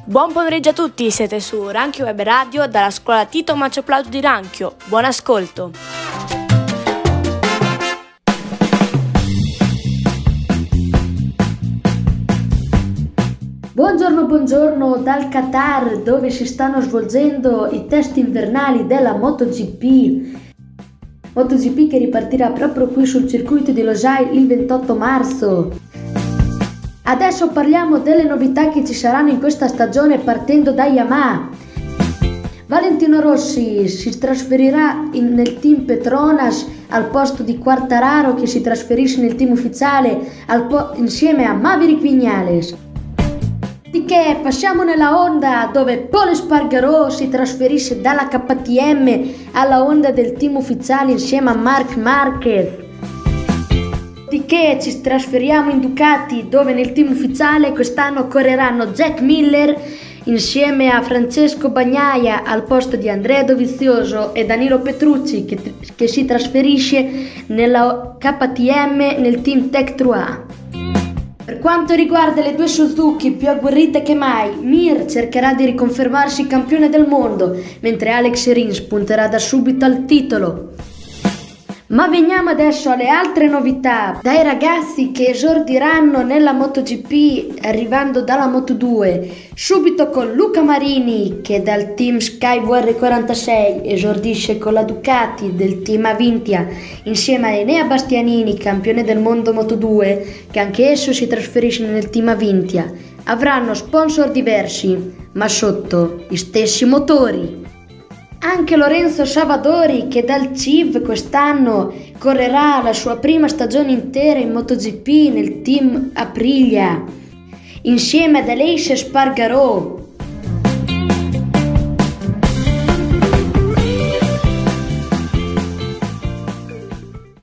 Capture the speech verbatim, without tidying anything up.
Buon pomeriggio a tutti, siete su Ranchio Web Radio dalla scuola Tito Maccio Plauto di Ranchio. Buon ascolto! Buongiorno, buongiorno dal Qatar, dove si stanno svolgendo i test invernali della MotoGP. MotoGP che ripartirà proprio qui sul circuito di Losail il ventotto marzo. Adesso parliamo delle novità che ci saranno in questa stagione partendo da Yamaha. Valentino Rossi si trasferirà in, nel team Petronas al posto di Quartararo, che si trasferisce nel team ufficiale al po- insieme a Maverick Viñales. Di che passiamo nella Honda, dove Pol Espargaró si trasferisce dalla K T M alla Honda del team ufficiale insieme a Marc Marquez. Di che ci trasferiamo in Ducati, dove nel team ufficiale quest'anno correranno Jack Miller insieme a Francesco Bagnaia al posto di Andrea Dovizioso e Danilo Petrucci, che, che si trasferisce nella K T M nel team Tech Trois. Per quanto riguarda le due Suzuki più agguerrite che mai, Mir cercherà di riconfermarsi campione del mondo, mentre Alex Rins punterà da subito al titolo. Ma veniamo adesso alle altre novità, dai ragazzi che esordiranno nella MotoGP arrivando dalla Moto due, subito con Luca Marini che dal team Sky V R quarantasei esordisce con la Ducati del team Avintia insieme a Enea Bastianini, campione del mondo Moto due, che anche esso si trasferisce nel team Avintia. Avranno sponsor diversi, ma sotto gli stessi motori. Anche Lorenzo Savadori, che dal C I V quest'anno correrà la sua prima stagione intera in MotoGP nel team Aprilia, insieme ad Aleix Espargaró.